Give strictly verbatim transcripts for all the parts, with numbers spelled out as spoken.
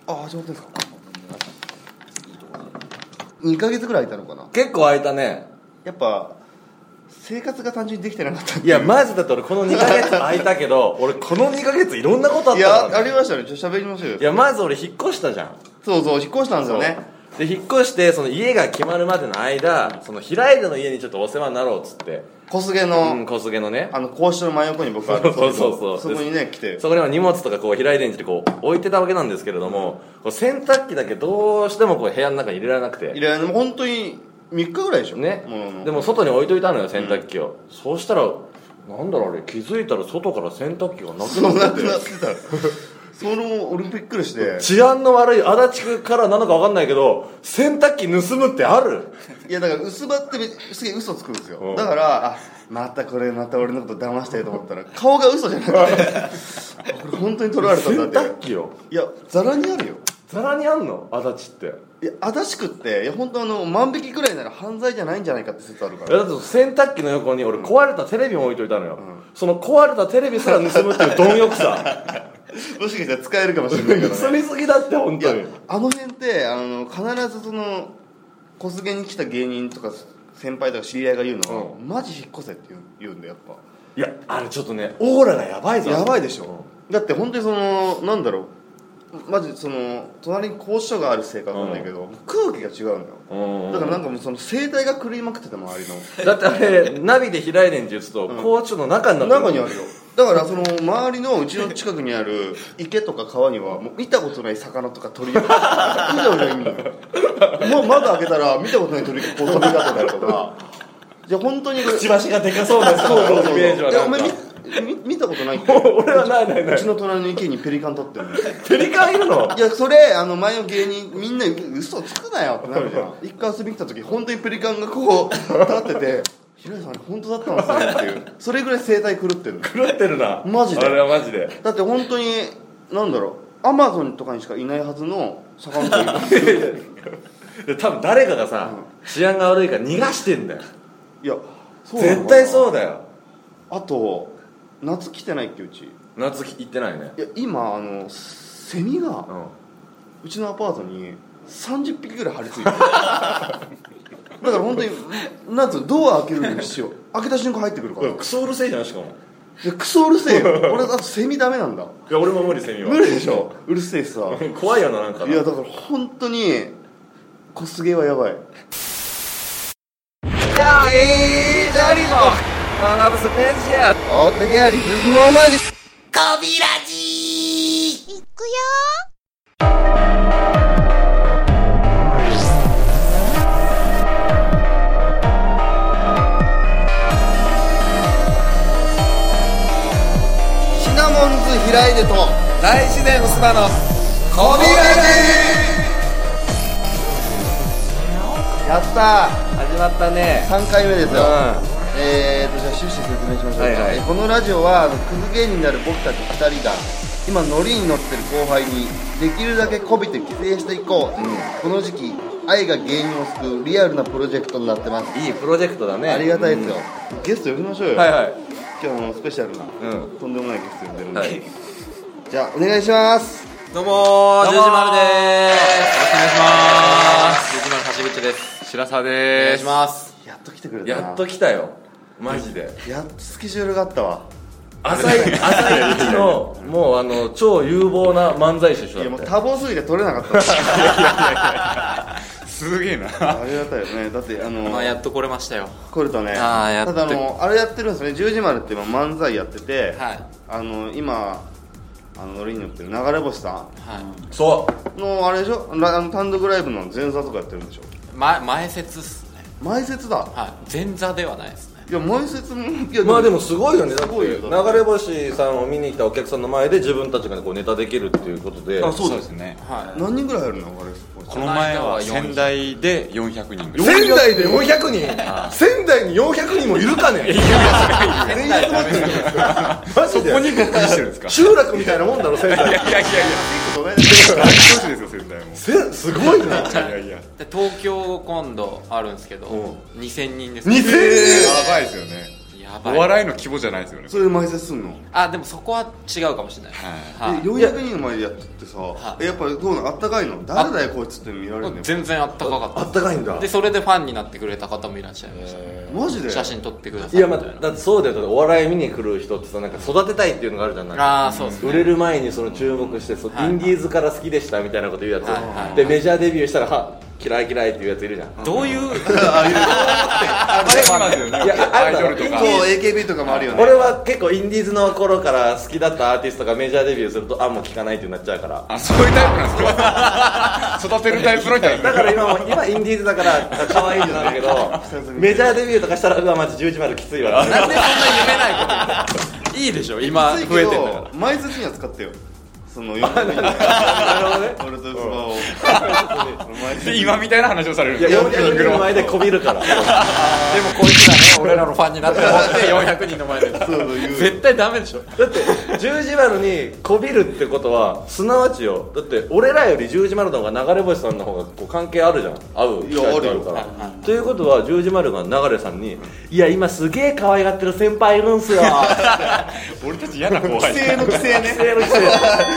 あ始まってんですか。にかげつぐらい空いたのかな。 結構空いたね。 やっぱ生活が単純にできてなかったっていう。 いやマジだって俺このにかげつ空いたけど俺このにかげついろんなことあったから、ね、 いやありましたね。ちょっと喋りましょうよ。 いやまず俺引っ越したじゃん。 そうそう引っ越したんですよね。 で引っ越してその家が決まるまでの間その平井戸の家にちょっとお世話になろうっつって小菅の、 うん、小菅のねあの公衆の真横に僕はそうそうそうそこにね来てそこには荷物とかこう平井戸にこう置いてたわけなんですけれども、こう洗濯機だけどうしてもこう部屋の中に入れられなくていやでも本当にみっかぐらいでしょね、 うん、 でも外に置いといたのよ洗濯機を、うん、そうしたらなんだろうあれ気づいたら外から洗濯機がなくなっててそれも俺びっくりして治安の悪い足立区からなのか分かんないけど洗濯機盗むってある？ いやだから薄葉ってすげえ嘘つくんですよ、うん、だからあまたこれまた俺のこと騙してると思ったら顔が嘘じゃなくてこれ本当に取られたんだって。 洗濯機よ。 いやザラにあるよ。 ザラにあんの足立って。 いや足立区っていや本当あの万引きくらいなら犯罪じゃないんじゃないかって説あるから。 いやだって洗濯機の横に俺壊れたテレビも置いといたのよ、うん、その壊れたテレビすら盗むっていう貪欲さもしかしたら使えるかもしれないからね。 盗みすぎだって本当に。 あの辺ってあの必ずその小菅に来た芸人とか先輩とか知り合いが言うのは、うん、マジ引っ越せって言う、言うんだやっぱ。 いやあれちょっとねオーラがやばいぞ。 やばいでしょ、うん、だって本当にそのなんだろうマジその隣に高所があるせいかわかんないけど、うん、空気が違うんだよ、うん、だからなんかもうその声帯が狂いまくってた周りの。 だってあれナビで開いねんって言うと、うん、高所の中になってる。 中にあるよ。だからその周りのうちの近くにある池とか川にはもう見たことない魚とか鳥がうじゃうじゃいるのよ。もう窓開けたら見たことない鳥がこう飛び立ってたりとか。じゃあ本当にくちばしがでかそうなそうそうそうイメージはなんか見, 見たことないって。 俺はないないないうちの隣の池にペリカン立ってるの。 ペリカンいるの？ いやそれあの前の芸人みんな嘘つくなよってなるじゃん。一回遊びに来た時本当にペリカンがこう立ってて平井さん本当だったんですねっていうそれぐらい生態狂ってるの。 狂ってるなマジで。 あれはマジで。 だって本当になんだろうアマゾンとかにしかいないはずの魚がいる多分誰かがさ、うん、治安が悪いから逃がしてんだよ。 いやそう絶対そうだよ。 あと夏来てないっけうち。 夏行ってないね。 いや今あのセミが、うん、うちのアパートにさんじゅっぴきぐらい張り付いてるだから本当になんつうドア開けるにしよう開けた瞬間入ってくるからクソうるせえじゃん。しかもいやクソうるせえよ俺だとセミダメなんだ。 いや俺も無理セミは。 無理でしょうるせえしさ怖いよななんかな。 いやだから本当に小菅はやばい。 Ja, hé, daar is nog. Dan hebben ze mensen, ja. Oh, ben jij die mama die... コビラジーいくよシナモンズ平出と大自然薄葉のコビラジーやったー始まったね。 さんかいめですよ、 うんえーとじゃあ趣旨説明しましょうか、 はいはい、 このラジオはあのクズ芸人である僕たちふたりが今ノリに乗ってる後輩にできるだけこびて帰省していこう、うん、この時期愛が芸人を救うリアルなプロジェクトになってます。 いいプロジェクトだね。 ありがたいですよ、うん、ゲスト呼びましょうよ。 はいはい。 今日のスペシャルな、うん、とんでもないゲスト呼んでるんで、はい、じゃあお願いします。 どうもー、じゅうじまるでーす。よろしくお願いしまーす。じゅうじまる橋口です。白沢でーす。お願いします。 やっと来てくれたな。 やっと来たよマジで。 やっとスケジュールがあったわ。 朝一朝一のもうあの超有望な漫才師でしょ。 いやもう多忙すぎて取れなかったすげえな。 ありがたいよね。だってあのまあやっと来れましたよ。 来れたね。 あーやっと。 ただあのあれやってるんですね。十時までって今漫才やってて、はい、あの今あのノリに乗ってる流れ星さん、はい、 そうのあれでしょ、あの単独ライブの前座とかやってるんでしょ。 ま、前説っすね。 前説だ。 はい、前座ではないですね。 いや前説もいやまあでもすごいよね。だって流れ星さんを見に来たお客さんの前で自分たちがこうネタできるっていうことで。 あ、そうですね、はい、 何人ぐらい入るの流れ星。 この前は仙台でよんひゃくにんぐらい。仙台でよんひゃくにん仙台によんひゃくにんもいるかね。いやいや仙台集まってるんですか。マジでそこにびっくりしてるんですか。 集落みたいなもんだろ仙台。いやいやいやいや結構大都市ですよ仙台も。 せすごいな。いやいやで東京今度あるんですけどにせんにんです。 にせんにんやばいですよね。ややばい。お笑いの規模じゃないですよね。 それで前説すんの？ あ、でもそこは違うかもしれない。 はい。よんひゃくにんの前でやっててさ、えやっぱりどうなの？あったかいの？誰だよこいつって見られるの？ 全然あったかかった。 あったかいんだ。 でそれでファンになってくれた方もいらっしゃいました。 マジで？ 写真撮ってください。 いやまあだってそうだよ。お笑い見に来る人ってさ、なんか育てたいっていうのがあるじゃない。 ああそうですね。 売れる前にその注目して、そうインディーズから好きでしたみたいなこと言うやつ。でメジャーデビューしたらは嫌い嫌いっていうやついるじゃん。 どういう？ ああいう。 あれもあるよね。いやアイドルとか。 そう エーケービー とかもあるよね。 俺は結構インディーズの頃から好きだったアーティストがメジャーデビューするとあもう聴かないってなっちゃうから。 あそういうタイプなんですか？育てるタイプの人だから今も今インディーズだから可愛いんだけどメジャーデビューとかしたらうわマジじゅうじまできついわ。 なんでそんな夢ないこといいでしょ今増えてんだから前説には使ってよそのよんひゃくにんなるほどね俺とスマを今みたいな話をされるんですよ。よんひゃくにんの前でこびるからでもこいつらね俺らのファンになってもらってよんひゃくにんの前で絶対ダメでしょ。 だって十字丸にこびるってことはすなわちよ。だって俺らより十字丸の方が流れ星さんの方がこう関係あるじゃん。合う機会があるから。ということは十字丸が流れさんにいや今すげえ可愛がってる先輩いるんすよ俺たち嫌な後輩。 規制の規制ね。 規制の規制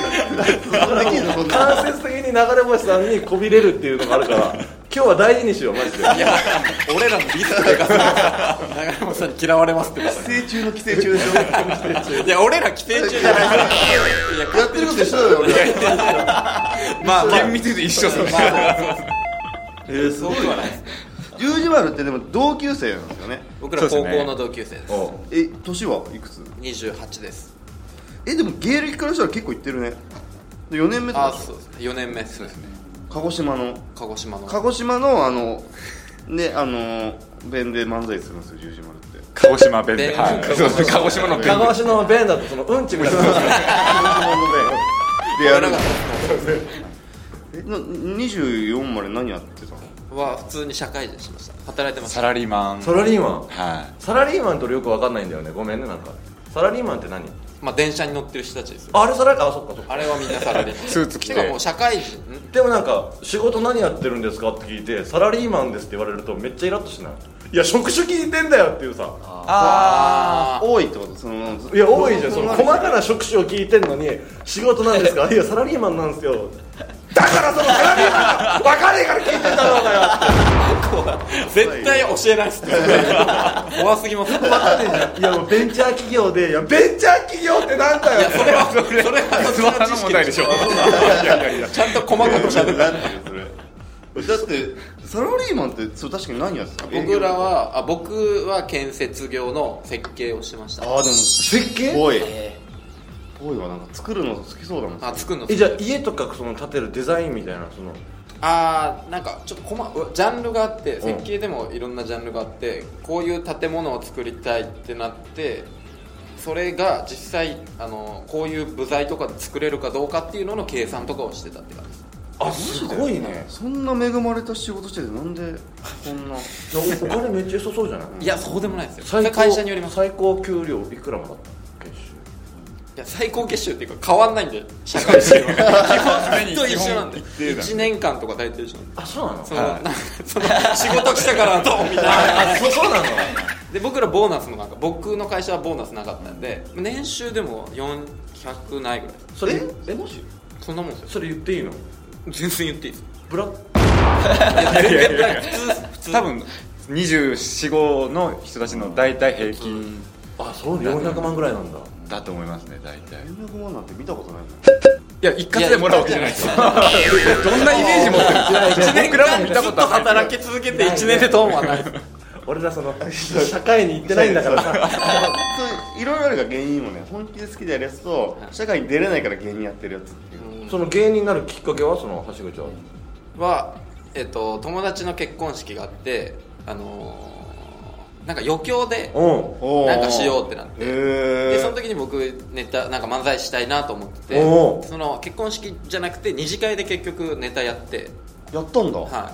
間接的に流れ星さんにこびれるっていうのがあるから今日は大事にしようマジで。いや俺らのリスクでかすぎるから流れ星さんに嫌われますって規制中の規制中でしょ。 いや俺ら規制中じゃないからやってること一緒だよ俺まあ厳密に一緒ですよね。 えーすごいわね。十字丸ってでも同級生なんですよね。 僕ら高校の同級生です。 え年はいくつ？ にじゅうはちです。 えでも芸歴からしたら結構いってるね。よねんめとか。 あそうですねよねんめそうですね。 鹿児島の鹿児島の鹿児島のあのねあの弁で漫才するんですよ十字丸って。 鹿児島弁で、はい、そうです鹿児島の弁。 鹿児島の弁だとそのうんちみたいな。鹿児島の弁でやる。えなにじゅうよんまで何やってたの？ は普通に社会人しました。働いてました。 サラリーマン。 サラリーマン。 はい。 サラリーマンとよくわかんないんだよね。ごめんねなんか。サラリーマンって何？ まあ電車に乗ってる人たちですよ。 あれサラリーマン、あそっかそっか。 あれはみんなサラリーマン。 スーツ着て。 てかもう社会人。 でもなんか仕事何やってるんですかって聞いてサラリーマンですって言われるとめっちゃイラッとしない？いや職種聞いてんだよっていうさ。 ああ多いってこと？そのいや多いじゃん。その細かな職種を聞いてんのに仕事なんですか？いやサラリーマンなんですよ。だからそのサラリーマン分かんねえから聞いてんだろうがよって。絶対教えないっすね。怖すぎます。 分かんねえじゃん。いやもうベンチャー企業でいやベンチャー企業ってなんだよ。 いやそれはそれそれはそれはの問題でしょ。いやいやいやちゃんと細かくしゃべる。 なんていうそれ。だってサラリーマンってそれ確かに何やってたの？ 僕らはあ僕は建設業の設計をしてました。 ああでも設計？ ぽいぽいわ。なんか作るの好きそうだもん。 あ作るの。 えじゃあ家とかその建てるデザインみたいなそのあーなんかちょっと細ジャンルがあって設計でもいろんなジャンルがあってこういう建物を作りたいってなってそれが実際あのこういう部材とかで作れるかどうかっていうのの計算とかをしてたって感じです。 あすごいね。 そんな恵まれた仕事しててなんでこんなお金めっちゃ良さそうじゃない？ いやそうでもないですよ。 最高会社によります。 最高給料いくらもらった？ いや最高月収っていうか変わんないんで社会人は基本と一緒なんでいちねんかんとか大体一緒なんで。 あそうなの？ その、はい、その仕事したからどうみたいな。 あそうそうなの？ で僕らボーナスもなんか僕の会社はボーナスなかったんで年収でもよんひゃくないぐらい。 それえマジ？ そんなもんですよ。 それ言っていいの？ 全然言っていいです。 ブラッいやいやいや普通普通多分にじゅうよん、ごの人たちの大体平均あそうよんひゃくまんぐらいなんだだと思いますね大体。 よんひゃくまんなんて見たことないもん。 いや一括でもらうわけじゃないですよ。どんなイメージ持ってるんですか？ いちねんかんずっと働き続けていちねんでトーンはないです。 俺らその社会に行ってないんだからさ。 そういろいろあるが原因もね本気で好きでやるやつと社会に出れないから芸人やってるやつっていう。 その芸人になるきっかけはその橋口ははえっと友達の結婚式があってあのーなんか余興でなんかしようってなって、でその時に僕ネタなんか漫才したいなと思ってて、その結婚式じゃなくて二次会で結局ネタやってやったんだ。 は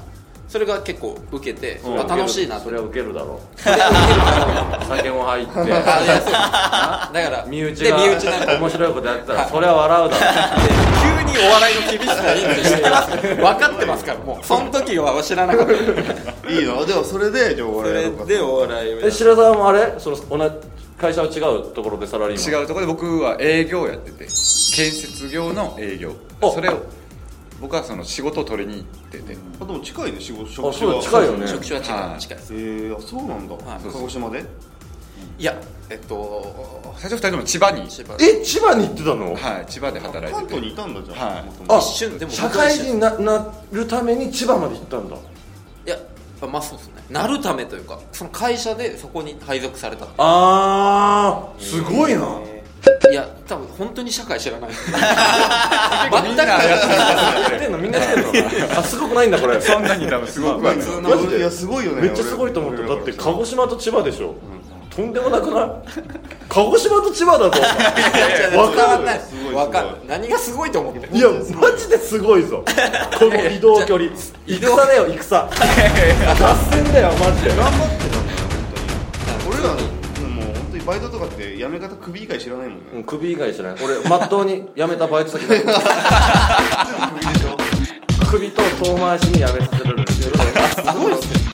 それが結構受けて、 うんあ楽しいなってそれはウケるだろそれが受けるだろう酒も入ってあいやそうだから身内で身内がなんか面白いことやってたらはいそれは笑うだろ急にお笑いの厳しさいいって知ってます分かってますからもうその時は知らなかったいいのでもそれでじゃあおそれ笑いやろうかでお笑いをやえ白沢もあれその同じ会社は違うところでサラリーマン違うところで僕は営業をやってて建設業の営業あそれを僕はその仕事を取りに行ってて、 あでも近いね仕事職あそう種は近いよね職種は近い、 はい近いですえー、あそうなんだ、 はい鹿児島でいやえっと最初ふたりとも千葉に千葉え千葉に行ってたのはい千葉で働いてて関東にいたんだじゃん、 はい元々 あ一瞬でも社会人にななるために千葉まで行ったんだいやまあそうですねなるためというかその会社でそこに配属されたあーすごいないや多分本当に社会知らないみんなやってやってんのみんなやってんのあすごくないんだこれそんなに多分すごくはない普通マジでいやすごいよねめっちゃすごいと思った俺だって鹿児島と千葉でしょ、とんでもなくない鹿児島と千葉だぞ分かんないすごい分かんない何がすごいと思っていやマジですごいぞこの移動距離戦だよ戦合戦だよマジで頑張ってたんだよ本当に俺らのもう本当にバイトとかって辞め方首以外知らないもんねうん首以外知らない俺まっとうに辞めたバイト先だ首でしょ首と遠回しに辞めさせられるすごいっすね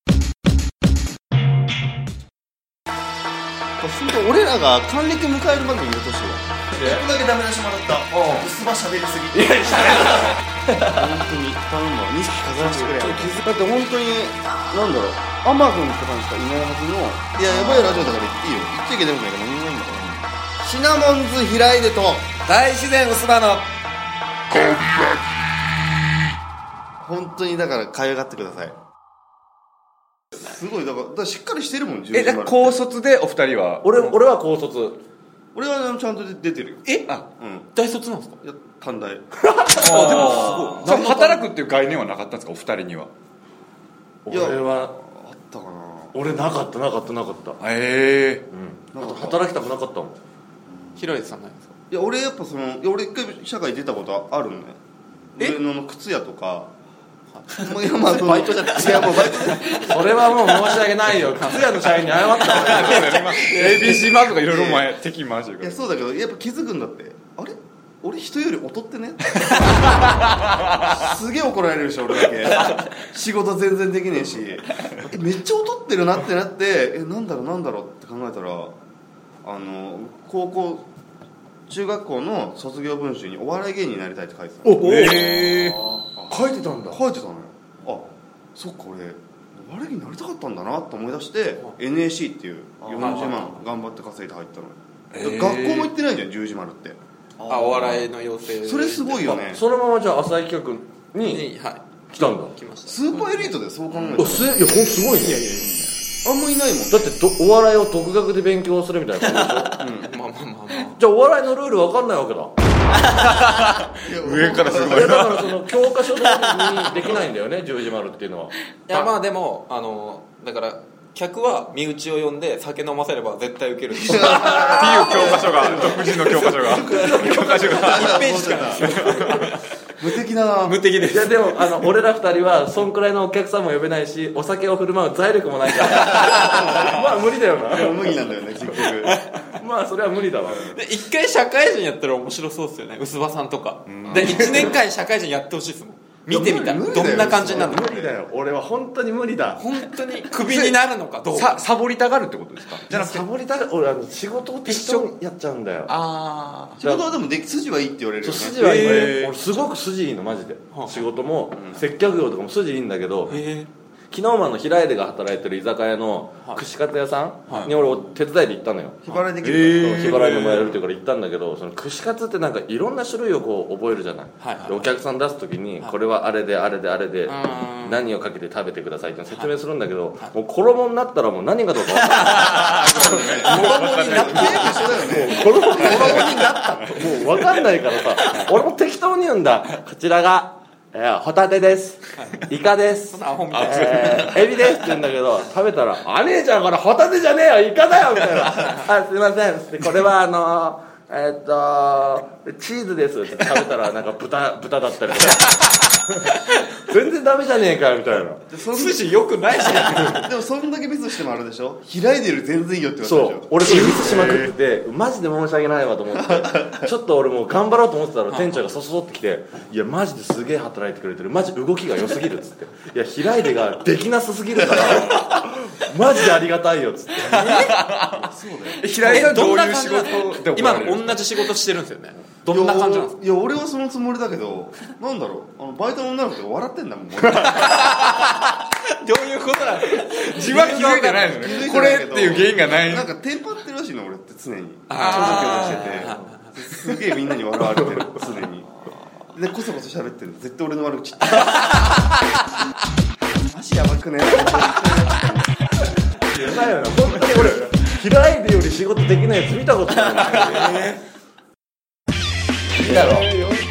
本当俺らが還暦迎えるまでにいる年はちょっとだけダメ出しもらった薄葉喋りすぎていや喋る本当に頼むわにひき飾らせてくれだって本当になんだろうアマゾンとかにしかいないはずのいややばいラジオだから言っていいよ言っちゃいけないことないから何もないんだからシナモンズ平出と大自然薄葉の本当にだから可愛がってくださいすごいだからだからしっかりしてるもんえだから高卒でお二人は俺俺は高卒俺はちゃんと出てるよえあうん大卒なんですかいや短大あでもそれ働くっていう概念はなかったんですかお二人には俺はあったかな俺なかったなかったなかったへえうんあと働きたくなかったもんひろゆきさんないんですかいや俺やっぱそのいや俺一回社会出たことあるのねえ上野の靴屋とかいやまあバイトじゃないいやもうバイトじゃないそれはもう申し訳ないよ靴屋の社員に謝った方がいいよエービーシー マークがいろいろ前敵回してるからいやそうだけどやっぱ気づくんだってあれ俺人より劣ってねすげえ怒られるし俺だけ仕事全然できねえしえめっちゃ劣ってるなってなってえなんだろうなんだろうって考えたらあの高校中学校の卒業文集にお笑い芸人になりたいって書いてたのおへえ書いてたんだ書いてたのよあそっか俺お笑い芸人になりたかったんだなと思い出して エヌエーシー っていうよんじゅうまん頑張って稼いで入ったのよ、学校も行ってないじゃん十字丸ってあお笑いの養成それすごいよねそのままじゃあ浅井企画ににはい来たんだ来ましたスーパーエリートでそう考えたらおすいやほんすごいねあんまいないもんだってどお笑いを独学で勉強するみたいな感じでしょまあまあまあまあじゃあお笑いのルール分かんないわけだ上からすごいいやだからその教科書通りにできないんだよね十字丸っていうのはいやまあでもあのだから客は身内を呼んで酒飲ませれば絶対受けるっていう教科書が独自の教科書が教科書がいちページしかない無敵だな無敵ですいやでもあの俺ら二人はそんくらいのお客さんも呼べないしお酒を振る舞う財力もないからまあ無理だよでもな無理なんだよね結局まあそれは無理だわで一回社会人やったら面白そうですよね薄葉さんとかでいちねんかん社会人やってほしいですもん見てみたら無理だよどんな感じになるのか無理だよ俺は本当に無理だ本当にクビになるのかどうさかサボりたがるってことですかじゃなくてサボりたが俺あの仕事を適当にやっちゃうんだよあ仕事はでもでき筋はいいって言われるよねそう筋はいい、 へー俺すごく筋いいのマジではあ仕事も、接客業とかも筋いいんだけどへ昨日もあの平出が働いてる居酒屋の串カツ屋さんに俺手伝いで行ったのよ、 日払いできるから日払いでもらえるっていうから行ったんだけどその串カツってなんかいろんな種類をこう覚えるじゃない、 はいはいでお客さん出す時にはいこれはあれであれであれでうん何をかけて食べてくださいって説明するんだけど、もう衣になったらもう何がどうか分かんない衣になって全部一緒だよね衣に衣になったもう分かんないからさ俺も適当に言うんだこちらが、えー、ホタテですイカですそんなアホみたいなえーエビですって言うんだけど食べたら「あ姉ちゃんこれホタテじゃねえよイカだよ」みたいな「あすいません」でこれはあのー、えー、っとチーズですって食べたらなんか豚豚だったりとか全然ダメじゃねえかよみたいな。 筋良くないじゃん。 でもそんだけミスしてもあれでしょ、開いてる全然いいよって言われたでしょ。 そう俺それミスしまくっててマジで申し訳ないわと思ってちょっと俺もう頑張ろうと思ってたら店長がそそそってきて、いやマジですげえ働いてくれてる、マジ動きが良すぎるっつって、いや開いてができなさすぎるからマジでありがたいよっつって。 平井さんどういう仕事で今の同じ仕事してるんですよね。どんな感じなんですか？ いや俺はそのつもりだけど、なんだろう、あのバイトの女の子って笑ってんだもん。 どういうことなんですか？ 自分は気づいてないのね。これっていう原因がない。 なんかテンパってるらしいの俺って常に。ちょっとしてて、すげえみんなに笑われてる常に。でこそこそ喋ってる。絶対俺の悪口。マジやばくね。 やばいよな本当に俺開いてより仕事できないやつ見たことない。いいだろ。あれ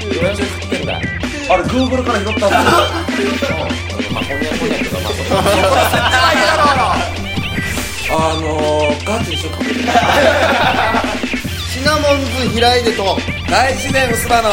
Google から拾ったんだ。まあ翻訳翻訳とかまあそこは絶対いいだろ。あのー、ガチにしようか。 シナモンズ平出と大自然薄葉の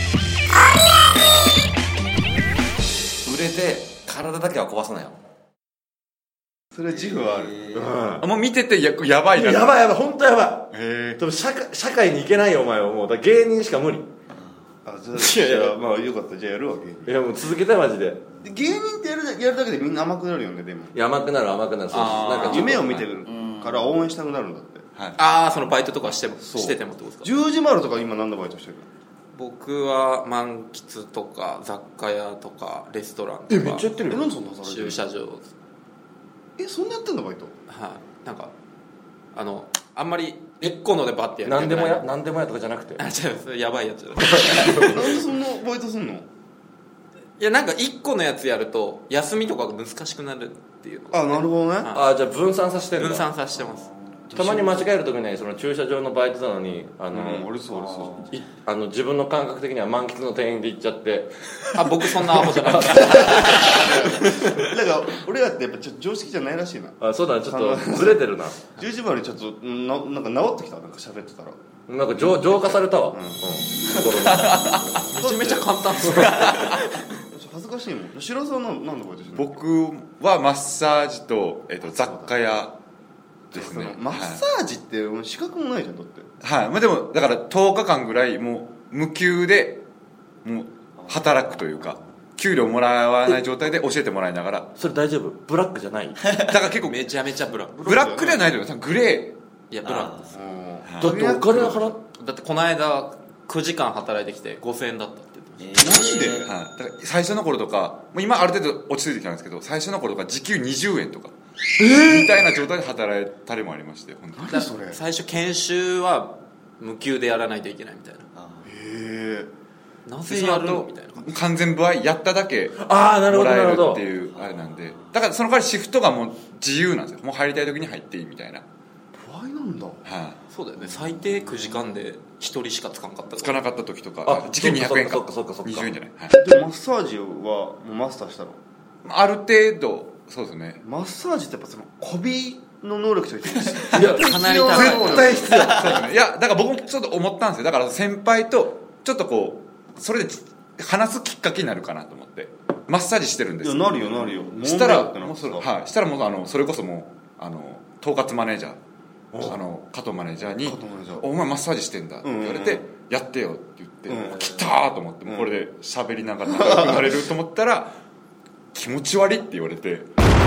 売れて体だけは壊さないよ。 それ自負はある。 うん、もう見てて や, やばいな。 やばいやばい本当やばい。 へでも社会社会に行けないよお前はもうだ芸人しか無理。 あじゃあいやいやまあよかったじゃあやるわ芸人。 いやもう続けたいマジで。 で芸人ってやるやるだけでみんな甘くなるよねでも。 いや甘くなる甘くなる。そうなんか夢を見てるから応援したくなるんだって。 はい、ああそのバイトとかしてもしててもってことですか？ 十字丸とか今何のバイトしてる？ 僕は満喫とか雑貨屋とかレストランとか。 えめっちゃやってるよ。 えなんでそんな働いてる？ 駐車場。 えそんなやってんのバイト？ はい、なんかあのあんまり一個のでバッてやる。 何でもや何でもやとかじゃなくて。 あ違うそれやばいやつ。 なんでそんなバイトすんの？ いやなんか一個のやつやると休みとかが難しくなるっていうの。 あなるほどね。 あじゃあ分散させてるんだ。 分散させてます。 たまに間違える時にその駐車場のバイトなのにあの、 うん、俺そう俺そういあの自分の感覚的には満喫の店員で行っちゃってあ僕そんなアホじゃない。 だから俺らってやっぱちょっと常識じゃないらしいな。 あそうだねちょっとずれてるな。 十字丸ちょっとななんか治ってきたなんか喋ってたらなんか浄浄化されたわ。うん。うん、 めちゃめちゃ簡単ですね。 恥ずかしいもん。白さんは何のバイトしてるの？ 僕はマッサージと、えー、と雑貨屋ですね。 マッサージって資格もないじゃんだって。 はい、まあ、でもだからとおかかんぐらいもう無給でもう働くというか給料もらわない状態で教えてもらいながら。 それ大丈夫？ブラックじゃない？ だから結構めちゃめちゃブラック。 ブラックではないと思います。グレいやブラックです。 だってお金払っだってこの間くじかん働いてきてごせんえんだったって言ってました。 マジで？ ー、はい、だから最初の頃とかもう今ある程度落ち着いてきたんですけど最初の頃とか時給にじゅうえんとか、えー、みたいな状態で働いたりもありまして本当に。 何それ？ 最初研修は無給でやらないといけないみたいな。 へえ。なぜやるのみたいな。 完全歩合やっただけああなるほもらえるどなるほどっていうあれなんでだからその代わりシフトがもう自由なんですよ。もう入りたい時に入っていいみたいな。 不愛なんだ。 はい、 そうだよね。最低くじかんでひとりしかつかんかったつかなかった時とかあ時給にひゃくえんかそっかそっかそっかにじゅうえんじゃない、はい、 でもマッサージはもうマスターしたの？ ある程度そうですね。 マッサージってやっぱその媚びの能力といっていやかなり高い。 絶対必要。 そうですね。いやだから僕もちょっと思ったんですよ。だから先輩とちょっとこうそれで話すきっかけになるかなと思ってマッサージしてるんですよ。 いやなるよなるよ。 したら問題だってなもうそれ、はい、したらもうあのそれこそもうあの統括マネージャーあの加藤マネージャーに加藤マネージャーお前マッサージしてんだって言われて、 うんうんやってよって言って、 うん、 来たーと思って、もうこれで喋りながら仲良くなれると思ったら気持ち悪いって言われて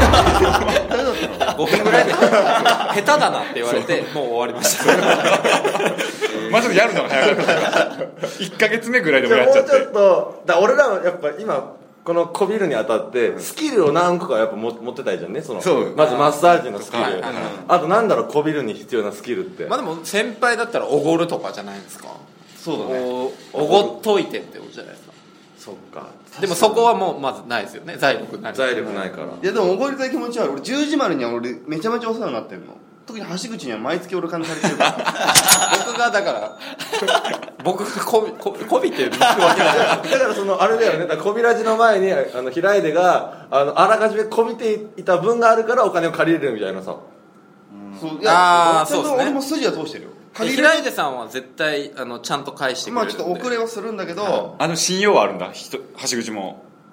ごふんぐらいで下手だなって言われてもう終わりました。 まあちょっとやるのが早かったいっかげつめぐらいでもやっちゃってもうちょっとだ俺らはやっぱ今このこびるにあたってスキルを何個かやっぱ持ってたいじゃんね。そのそうまずマッサージのスキル、 はいはいはい、 あとなんだろうこびるに必要なスキルって。 まあでも先輩だったらおごるとかじゃないですか。 そうだね。 おごっといてってことじゃないですか。 そっか。 でもそこはもうまずないですよね。財力ない。 財力ないから。 いやでも覚えたい気持ちはある。俺十字丸には俺めちゃめちゃお世話になってるの。特に橋口には毎月俺金借りてるから僕がだから僕がこびここびってるわけないだからそのあれだよね。だからこびらじの前にあの平出があのあらかじめこびていた分があるからお金を借りれるみたいなさ。 そういあーやちゃんとそうですね俺も筋は通してるよ。 平出さんは絶対あのちゃんと返してくれるんで。 まあちょっと遅れはするんだけど、 あの信用はあるんだ人橋口も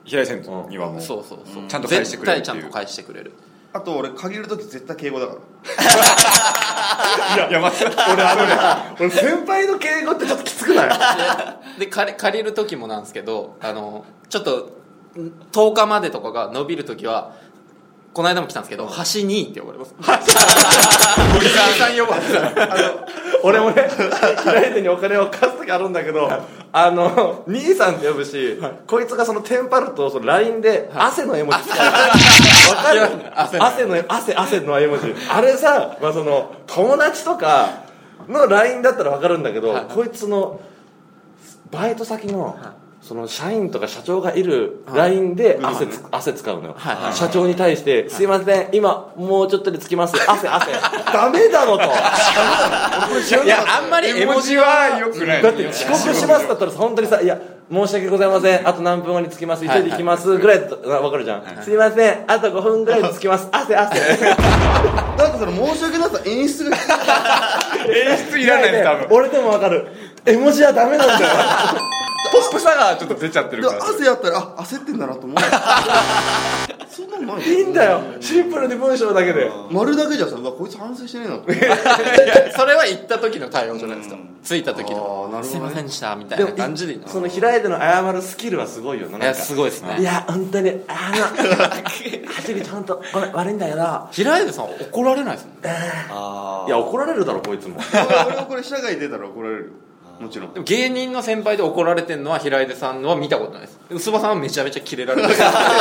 平井先生にはもうそうそうそう、 ちゃんと返してくれるっていう絶対ちゃんと返してくれる。 あと俺限る時絶対敬語だからいやいやまた俺あのね俺先輩の敬語ってちょっときつくないで借り借りる時もなんですけど、あのちょっととおかまでとかが伸びる時は、この間も来たんですけど、橋にって呼ばれます。堀さん呼ばれた。 俺もね平井手にお金を貸す時あるんだけど、あの兄さんって呼ぶし、こいつがそのテンパるとその ライン で汗の絵文字使うわかる汗の汗汗の絵文字あれさ、まあ、その友達とかの ライン だったらわかるんだけど、こいつのバイト先のその社員とか社長がいる ライン で汗つ、汗使うのよ、はいはいはい、社長に対してすいません今もうちょっとでつきます汗汗ダメだろといやあんまり絵文字はよくない。 だって遅刻しますだったら本当にさ、いや申し訳ございませんあと何分後に着きます急いで行きますぐらいわかるじゃん、はいはい、すいませんあとごふんぐらいで着きます汗汗なんかその申し訳なさ演出が演出いらないね多分。 俺でもわかる、絵文字はダメなんだよポップさがちょっと出ちゃってるから。 汗やったらあ焦ってんだなと思うそんなのいいんだよシンプルに文章だけで丸だけじゃさ、うわこいつ反省してねえなといやそれは行った時の対応じゃないですか、着いた時の、 ね、 すいませんでしたみたいな感じでいいの。 その平井での謝るスキルはすごいよな。 いやすごいですね。 いや本当にあのはじきちゃんとごめん悪いんだよな。 平井さん怒られないですもん。 あいや怒られるだろこいつも俺はこれ社外出たら怒られるよもちろん。 でも芸人の先輩で怒られてるのは平井さんのは見たことないです。薄葉さんはめちゃめちゃキレられる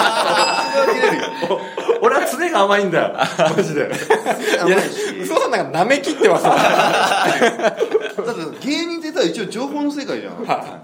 俺は常が甘いんだよマジでいや薄葉さんなんか舐めきってますもんだって芸人って言ったら一応情報の世界じゃん、はい、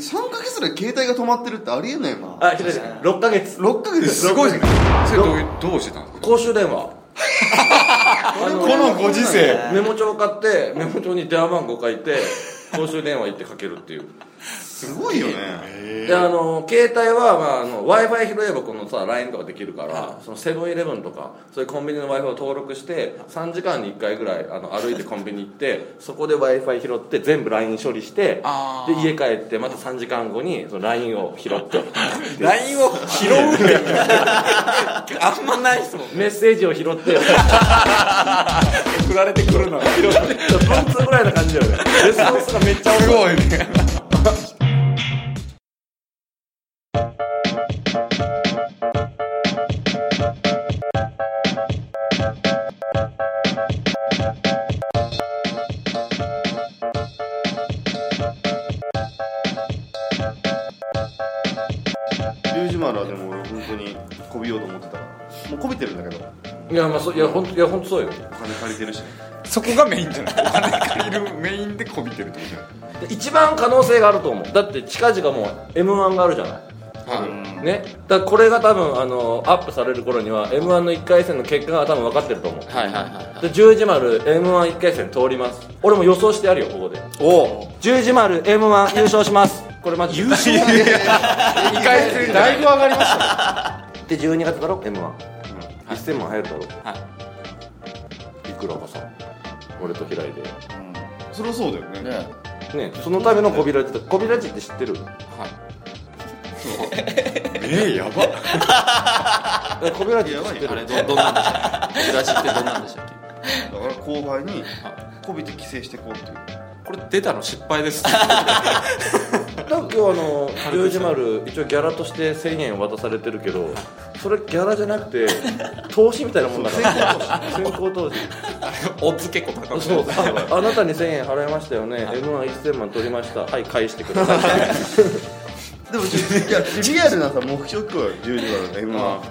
さんかげつぐらい携帯が止まってるってありえないもん。 あ平井ろっかげつろっかげつすごいですね。それどうどうしてたんですか。 公衆電話このご時世メモ帳買ってメモ帳に電話番号書いて公衆電話行ってかけるっていうすごいよね。 であの携帯は、まあ、あの ワイファイ 拾えばこのさ ライン とかできるから、そのセブンイレブンとかそういうコンビニの ワイファイ を登録してさんじかんにいっかいぐらいあの歩いてコンビニ行ってそこで ワイファイ 拾って全部 ライン 処理してで家帰ってまたさんじかんごにその ライン を拾ってライン を拾うってあんまないっすもん。 メッセージを拾って送られてくるの拾って文通ぐらいな感じだよね。レスポンスがめっちゃすごいね十字丸はでも俺本当にこびようと思ってたからもうこびてるんだけど。 いやまあそいや本当いや本当そうよ。 お金借りてるしそこがメインじゃない。お金借りるメインでこびてるってことじゃない。 一番可能性があると思う。だって近々もう エムワン があるじゃない、はいね、だからこれが多分あのアップされる頃には エムワン のいっかい戦の結果が多分分かってると思う。 はいはいはい、 で十字丸 エムワンいっかい戦通ります。俺も予想してやるよここで。お十字丸 エムワン 優勝しますこれマジ優勝いっかい戦だいぶ上がりましたね。 でじゅうにがつだろ エムワン、うん、せんまん入るだろ、 はい、 いくらかさ俺と平井で、うん、 そりゃそうだよね。ねね、そのためのこびらじこびらじって知ってる？はいえー、やばこびらじ知ってる？ あれ ど, どんなんでしたっけ？こびらじってどんなんでしたっけ？ だから後輩にこびて帰省してこうっていう。 これ出たの失敗ですだから今日あの十字丸一応ギャラとしてせんえん渡されてるけどそれギャラじゃなくて投資みたいなもんだから先行投資おつけこ高くそうあ, あなたにせんえん払いましたよね エムワンせんまん取りましたはい返してくださいでもいやリアルなさ目標今日は十字丸の エムワン、うん、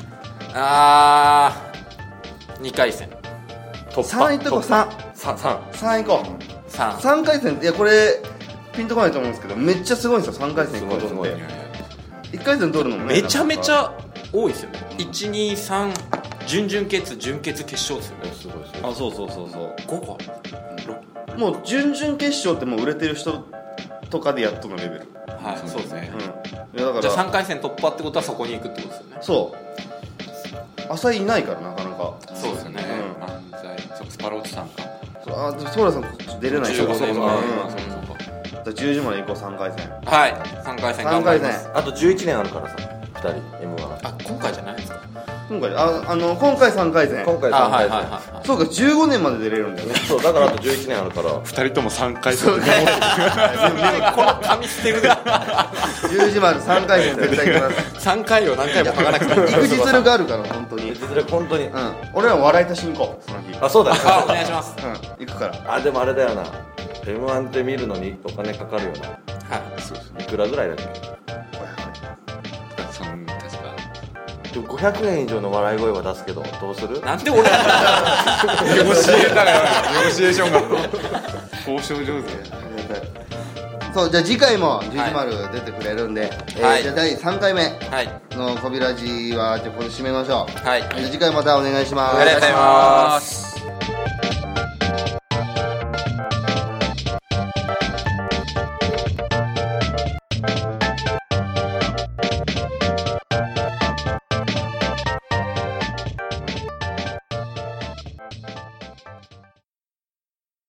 あーにかい戦突破さんいっとこさんさん, さん, さんいこうさんさんかい戦いやこれピンとこないと思うんですけどめっちゃすごいんですよさんかい戦行くことっていっかい戦取るのもねめちゃめちゃ多いですよね。いちにさん準々決準決決勝ですよね。 すごいすごい。 あそうそうそうそうごこもう準々決勝ってもう売れてる人とかでやっとのレベル。 はいそうですね、 うん、いやだからじゃあさんかい戦突破ってことはそこに行くってことですよね。 そう浅井いないからなかなか。 そうですよね、 うん、漫才そうスパローチさんかあでもソーラさんこっち出れないじゅうごねんまえ、 じゅうじまで行こうさんかい戦。 はいさんかい戦頑張ります。 あとじゅういちねんあるからさふたり エムワン。 あ、今回じゃないですか。 今回ああの今回さんかい戦今回あ、 さんかい戦、 はいはいはいはい。 そうかじゅうごねんまで出れるんだよねそうだからあとじゅういちねんあるからふたりともさんかいそうかこの紙捨てるな。 十字丸さんかい戦絶対行かなさんかいを何回も書かなくてもいい。 行く実力あるから本当に実力本当に、 うん俺らも笑い足しに行こうその日あそうだよあ、お願いします。 うん行くからあでもあれだよな エムワン って見るのにお金かかるよな。 はい。 そうですねいくらぐらいだっけ。 そん確かでもごひゃくえん以上の笑い声は出すけどどうする。 なんで俺らネゴシエーターがネゴシエーションが交渉上手。 そうじゃあ次回も十字丸出てくれるんで、えーはいじゃあだいさんかいめはい。 のコビラジはじゃあここで締めましょうはい。 じゃあ次回またお願いしますありがとうございます。